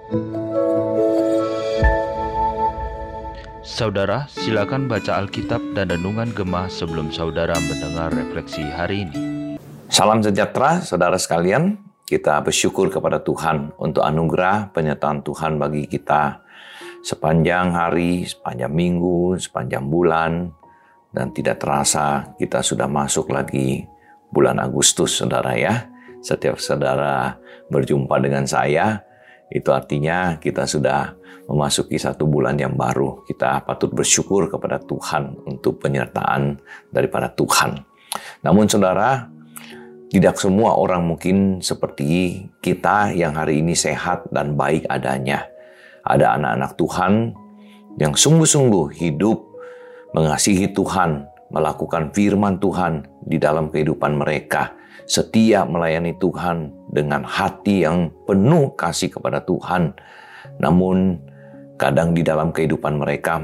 Saudara, silakan baca Alkitab dan Renungan Gemah sebelum saudara mendengar refleksi hari ini. Salam sejahtera, saudara sekalian. Kita bersyukur kepada Tuhan untuk anugerah penyertaan Tuhan bagi kita sepanjang hari, sepanjang minggu, sepanjang bulan, dan tidak terasa kita sudah masuk lagi bulan Agustus, saudara ya. Setiap saudara berjumpa dengan saya, itu artinya kita sudah memasuki satu bulan yang baru. Kita patut bersyukur kepada Tuhan untuk penyertaan daripada Tuhan. Namun saudara, tidak semua orang mungkin seperti kita yang hari ini sehat dan baik adanya. Ada anak-anak Tuhan yang sungguh-sungguh hidup mengasihi Tuhan, melakukan firman Tuhan di dalam kehidupan mereka, setia melayani Tuhan dengan hati yang penuh kasih kepada Tuhan. Namun kadang di dalam kehidupan mereka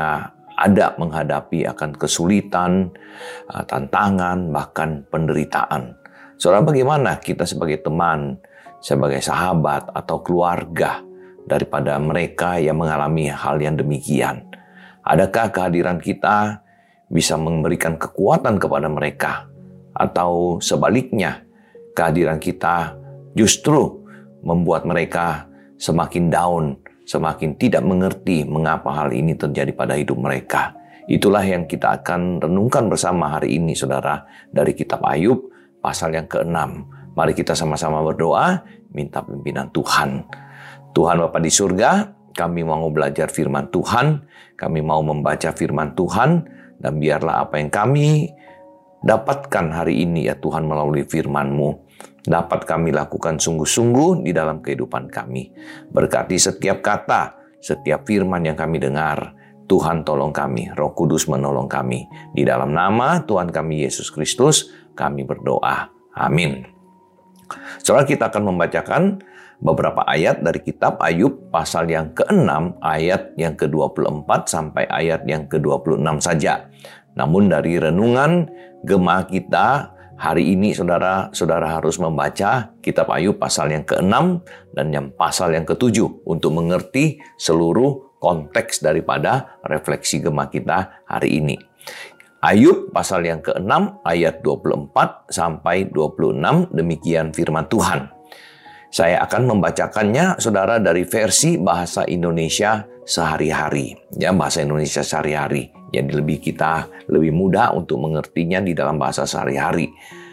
ada menghadapi akan kesulitan, tantangan, bahkan penderitaan. Saudara, bagaimana kita sebagai teman, sebagai sahabat atau keluarga daripada mereka yang mengalami hal yang demikian? Adakah kehadiran kita bisa memberikan kekuatan kepada mereka? Atau sebaliknya, kehadiran kita justru membuat mereka semakin down, semakin tidak mengerti mengapa hal ini terjadi pada hidup mereka? Itulah yang kita akan renungkan bersama hari ini, saudara, dari kitab Ayub, pasal yang ke-6. Mari kita sama-sama berdoa, minta pimpinan Tuhan. Tuhan Bapa di surga, kami mau belajar firman Tuhan, kami mau membaca firman Tuhan, dan biarlah apa yang kami dapatkan hari ini ya Tuhan melalui firman-Mu, dapat kami lakukan sungguh-sungguh di dalam kehidupan kami. Berkati setiap kata, setiap firman yang kami dengar. Tuhan tolong kami, Roh Kudus menolong kami. Di dalam nama Tuhan kami Yesus Kristus, kami berdoa. Amin. Saudara, kita akan membacakan beberapa ayat dari kitab Ayub pasal yang ke-6, ayat yang ke-24 sampai ayat yang ke-26 saja. Namun dari renungan Gemah kita hari ini, saudara harus membaca kitab Ayub pasal yang ke-6 dan yang pasal yang ke-7 untuk mengerti seluruh konteks daripada refleksi Gemah kita hari ini. Ayub pasal yang ke-6 ayat 24 sampai 26, demikian firman Tuhan. Saya akan membacakannya saudara dari versi bahasa Indonesia sehari-hari. Ya, bahasa Indonesia sehari-hari. Jadi lebih mudah untuk mengertinya di dalam bahasa sehari-hari.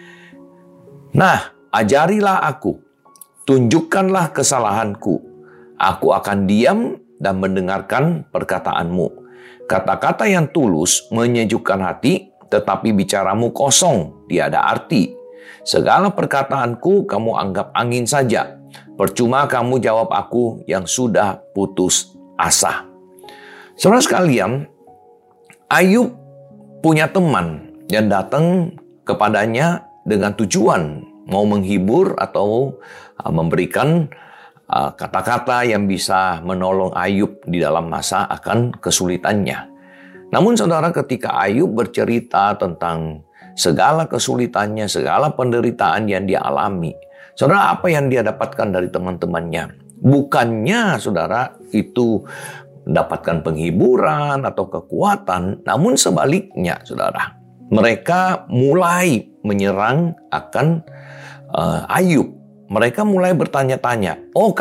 Nah, ajarilah aku, tunjukkanlah kesalahanku. Aku akan diam dan mendengarkan perkataanmu. Kata-kata yang tulus menyejukkan hati, tetapi bicaramu kosong, tiada arti. Segala perkataanku kamu anggap angin saja. Percuma kamu jawab aku yang sudah putus asa. Saudara sekalian, Ayub punya teman yang datang kepadanya dengan tujuan mau menghibur atau memberikan kata-kata yang bisa menolong Ayub di dalam masa akan kesulitannya. Namun saudara, ketika Ayub bercerita tentang segala kesulitannya, segala penderitaan yang dia alami, saudara, apa yang dia dapatkan dari teman-temannya? Bukannya saudara itu mendapatkan penghiburan atau kekuatan, namun sebaliknya saudara, mereka mulai menyerang akan Ayub. Mereka mulai bertanya-tanya, oh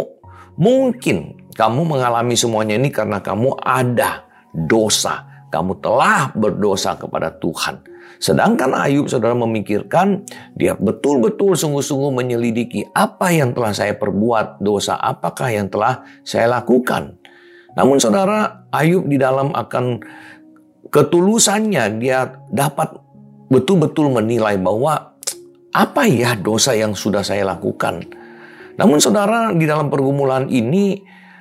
mungkin kamu mengalami semuanya ini karena kamu ada dosa. Kamu telah berdosa kepada Tuhan. Sedangkan Ayub, saudara, memikirkan, dia betul-betul sungguh-sungguh menyelidiki apa yang telah saya perbuat, dosa apakah yang telah saya lakukan. Namun saudara, Ayub di dalam akan ketulusannya, dia dapat betul-betul menilai bahwa apa ya dosa yang sudah saya lakukan. Namun saudara, di dalam pergumulan ini,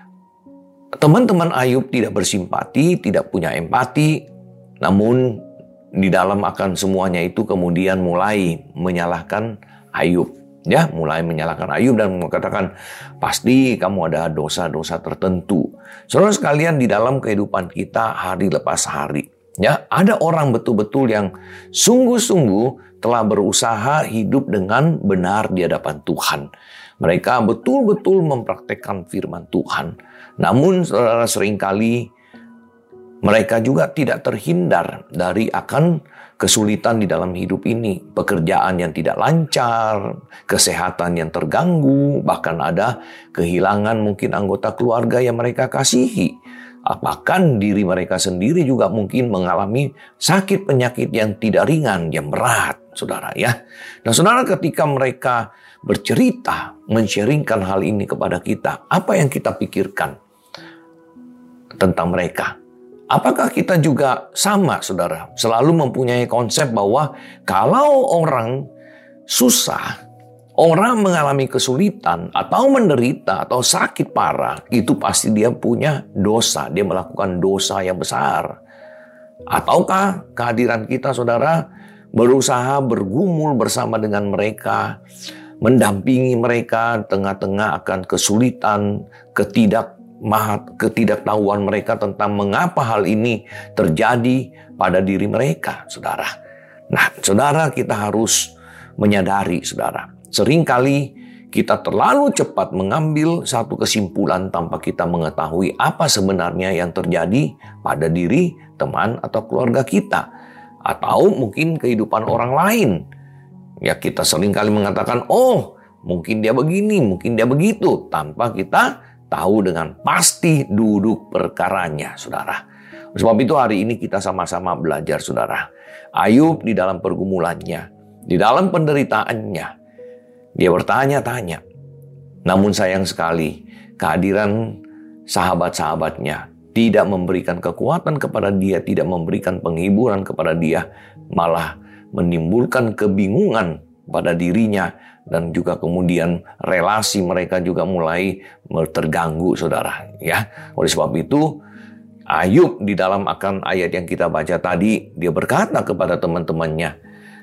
teman-teman Ayub tidak bersimpati, tidak punya empati. Namun di dalam akan semuanya itu kemudian mulai menyalahkan Ayub. Ya, mulai menyalahkan Ayub dan mengatakan, pasti kamu ada dosa-dosa tertentu. Saudara sekalian, di dalam kehidupan kita hari lepas hari, ya, ada orang betul-betul yang sungguh-sungguh telah berusaha hidup dengan benar di hadapan Tuhan. Mereka betul-betul mempraktekkan firman Tuhan. Namun saudara, seringkali mereka juga tidak terhindar dari akan kesulitan di dalam hidup ini. Pekerjaan yang tidak lancar, kesehatan yang terganggu, bahkan ada kehilangan mungkin anggota keluarga yang mereka kasihi. Bahkan diri mereka sendiri juga mungkin mengalami sakit penyakit yang tidak ringan, yang berat, saudara ya. Nah saudara, ketika mereka bercerita, men-sharingkan hal ini kepada kita, apa yang kita pikirkan tentang mereka? Apakah kita juga sama, saudara? Selalu mempunyai konsep bahwa kalau orang susah, orang mengalami kesulitan atau menderita atau sakit parah, itu pasti dia punya dosa. Dia melakukan dosa yang besar. Ataukah kehadiran kita, saudara, berusaha bergumul bersama dengan mereka, mendampingi mereka tengah-tengah akan kesulitan, ketidaktahuan mereka tentang mengapa hal ini terjadi pada diri mereka, saudara. Nah, saudara, kita harus menyadari, saudara, seringkali kita terlalu cepat mengambil satu kesimpulan tanpa kita mengetahui apa sebenarnya yang terjadi pada diri teman atau keluarga kita, atau mungkin kehidupan orang lain. Ya, kita seringkali mengatakan, oh mungkin dia begini, mungkin dia begitu, tanpa kita tahu dengan pasti duduk perkaranya, saudara. Sebab itu hari ini kita sama-sama belajar, saudara. Ayub di dalam pergumulannya, di dalam penderitaannya, dia bertanya-tanya. Namun sayang sekali, kehadiran sahabat-sahabatnya tidak memberikan kekuatan kepada dia, tidak memberikan penghiburan kepada dia, malah menimbulkan kebingungan pada dirinya, dan juga kemudian relasi mereka juga mulai terganggu, saudara. Ya, oleh sebab itu Ayub di dalam akan ayat yang kita baca tadi, dia berkata kepada teman-temannya,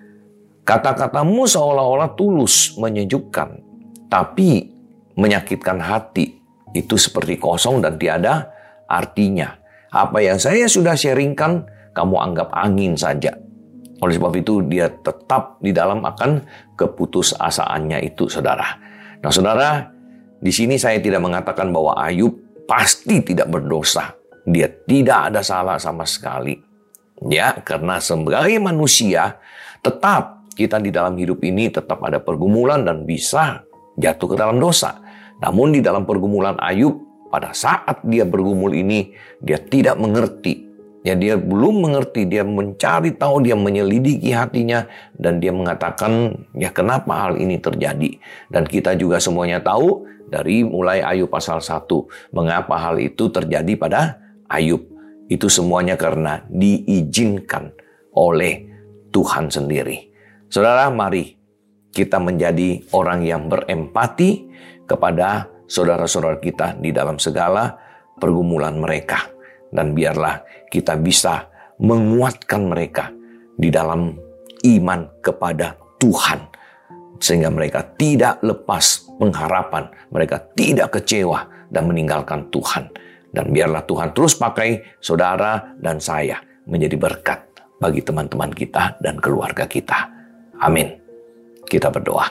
kata-katamu seolah-olah tulus, menyejukkan, tapi menyakitkan hati. Itu seperti kosong dan tiada artinya. Apa yang saya sudah sharingkan, kamu anggap angin saja. Oleh sebab itu dia tetap di dalam akan keputusasaannya itu, saudara. Nah, saudara, di sini saya tidak mengatakan bahwa Ayub pasti tidak berdosa. Dia tidak ada salah sama sekali. Ya, karena sebagai manusia, tetap kita di dalam hidup ini tetap ada pergumulan dan bisa jatuh ke dalam dosa. Namun di dalam pergumulan Ayub, pada saat dia bergumul ini, dia tidak mengerti. Ya, dia belum mengerti, dia mencari tahu, dia menyelidiki hatinya, dan dia mengatakan, ya kenapa hal ini terjadi? Dan kita juga semuanya tahu dari mulai Ayub pasal 1, mengapa hal itu terjadi pada Ayub. Itu semuanya karena diizinkan oleh Tuhan sendiri. Saudara, mari kita menjadi orang yang berempati kepada saudara-saudara kita di dalam segala pergumulan mereka. Dan biarlah kita bisa menguatkan mereka di dalam iman kepada Tuhan. Sehingga mereka tidak lepas pengharapan, mereka tidak kecewa dan meninggalkan Tuhan. Dan biarlah Tuhan terus pakai saudara dan saya menjadi berkat bagi teman-teman kita dan keluarga kita. Amin. Kita berdoa.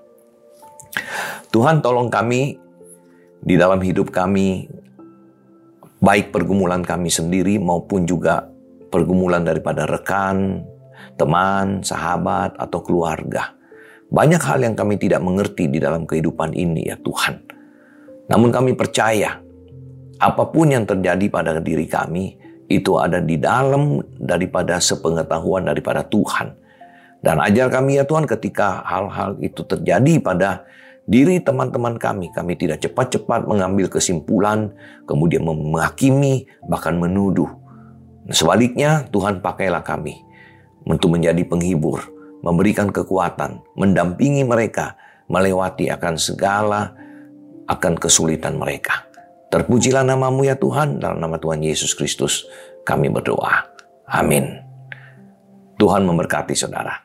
Tuhan, tolong kami di dalam hidup kami, baik pergumulan kami sendiri maupun juga pergumulan daripada rekan, teman, sahabat, atau keluarga. Banyak hal yang kami tidak mengerti di dalam kehidupan ini, ya Tuhan. Namun kami percaya, apapun yang terjadi pada diri kami, itu ada di dalam daripada sepengetahuan daripada Tuhan. Dan ajar kami, ya Tuhan, ketika hal-hal itu terjadi pada diri teman-teman kami tidak cepat-cepat mengambil kesimpulan, kemudian menghakimi, bahkan menuduh. Sebaliknya, Tuhan pakailah kami untuk menjadi penghibur, memberikan kekuatan, mendampingi mereka, melewati akan segala akan kesulitan mereka. Terpujilah nama-Mu ya Tuhan, dalam nama Tuhan Yesus Kristus kami berdoa. Amin. Tuhan memberkati saudara.